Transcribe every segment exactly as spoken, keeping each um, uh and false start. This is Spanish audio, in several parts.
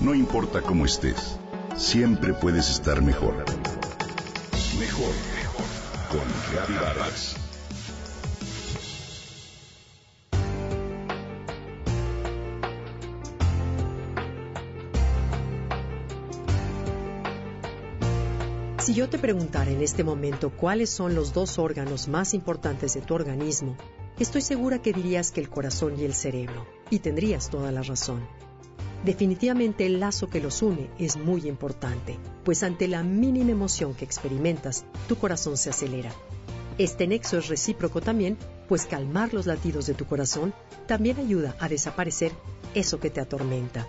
No importa cómo estés, siempre puedes estar mejor. Mejor, mejor. Con Gaby Vargas. Si yo te preguntara en este momento cuáles son los dos órganos más importantes de tu organismo, estoy segura que dirías que el corazón y el cerebro, y tendrías toda la razón. Definitivamente el lazo que los une es muy importante, pues ante la mínima emoción que experimentas, tu corazón se acelera. Este nexo es recíproco también, pues calmar los latidos de tu corazón también ayuda a desaparecer eso que te atormenta.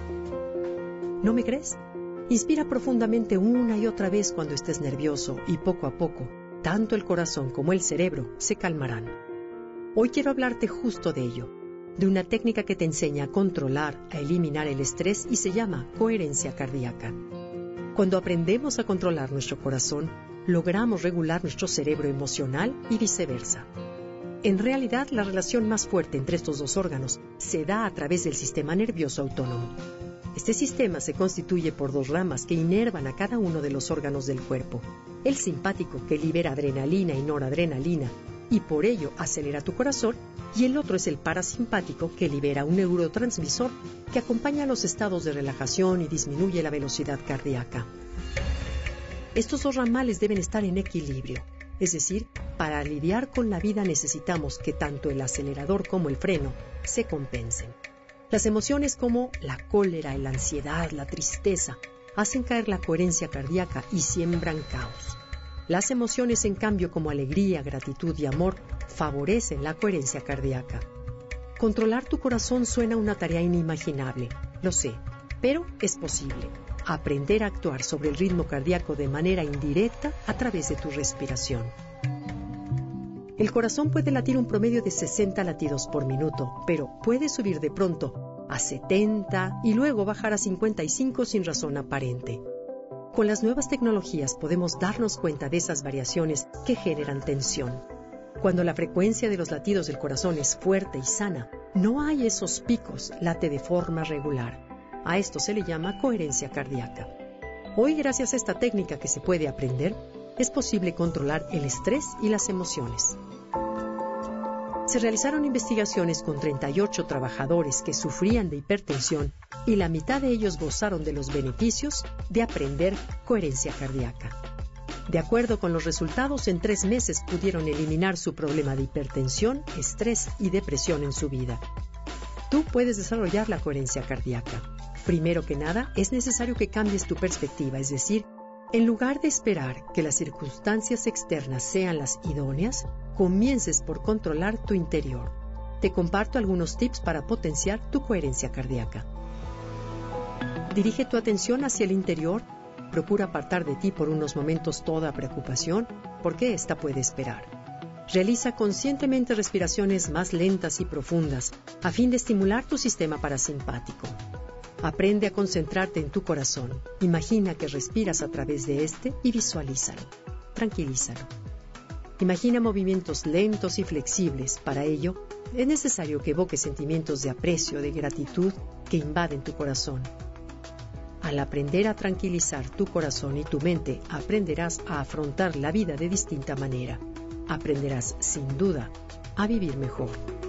¿No me crees? Inspira profundamente una y otra vez cuando estés nervioso y poco a poco, tanto el corazón como el cerebro se calmarán. Hoy quiero hablarte justo de ello, de una técnica que te enseña a controlar, a eliminar el estrés y se llama coherencia cardíaca. Cuando aprendemos a controlar nuestro corazón, logramos regular nuestro cerebro emocional y viceversa. En realidad, la relación más fuerte entre estos dos órganos se da a través del sistema nervioso autónomo. Este sistema se constituye por dos ramas que inervan a cada uno de los órganos del cuerpo. El simpático, que libera adrenalina y noradrenalina, y por ello acelera tu corazón, y el otro es el parasimpático, que libera un neurotransmisor que acompaña los estados de relajación y disminuye la velocidad cardíaca. Estos dos ramales deben estar en equilibrio, es decir, para lidiar con la vida necesitamos que tanto el acelerador como el freno se compensen. Las emociones como la cólera, la ansiedad, la tristeza, hacen caer la coherencia cardíaca y siembran caos. Las emociones, en cambio, como alegría, gratitud y amor, favorecen la coherencia cardíaca. Controlar tu corazón suena una tarea inimaginable, lo sé, pero es posible. Aprender a actuar sobre el ritmo cardíaco de manera indirecta a través de tu respiración. El corazón puede latir un promedio de sesenta latidos por minuto, pero puede subir de pronto a setenta y luego bajar a cincuenta y cinco sin razón aparente. Con las nuevas tecnologías podemos darnos cuenta de esas variaciones que generan tensión. Cuando la frecuencia de los latidos del corazón es fuerte y sana, no hay esos picos, late de forma regular. A esto se le llama coherencia cardíaca. Hoy, gracias a esta técnica que se puede aprender, es posible controlar el estrés y las emociones. Se realizaron investigaciones con treinta y ocho trabajadores que sufrían de hipertensión y la mitad de ellos gozaron de los beneficios de aprender coherencia cardíaca. De acuerdo con los resultados, en tres meses pudieron eliminar su problema de hipertensión, estrés y depresión en su vida. Tú puedes desarrollar la coherencia cardíaca. Primero que nada, es necesario que cambies tu perspectiva, es decir, en lugar de esperar que las circunstancias externas sean las idóneas, comiences por controlar tu interior. Te comparto algunos tips para potenciar tu coherencia cardíaca. Dirige tu atención hacia el interior. Procura apartar de ti por unos momentos toda preocupación, porque esta puede esperar. Realiza conscientemente respiraciones más lentas y profundas, a fin de estimular tu sistema parasimpático. Aprende a concentrarte en tu corazón. Imagina que respiras a través de este y visualízalo. Tranquilízalo. Imagina movimientos lentos y flexibles. Para ello, es necesario que evoques sentimientos de aprecio, de gratitud que invaden tu corazón. Al aprender a tranquilizar tu corazón y tu mente, aprenderás a afrontar la vida de distinta manera. Aprenderás, sin duda, a vivir mejor.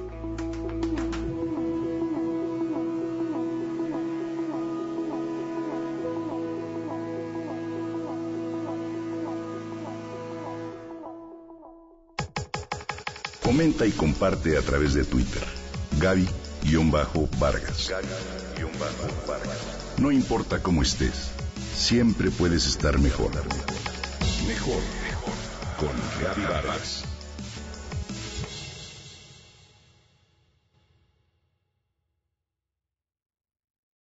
Comenta y comparte a través de Twitter. Gaby-Vargas. Gaby-Vargas. No importa cómo estés, siempre puedes estar mejor. Mejor, mejor. Con Gaby Vargas.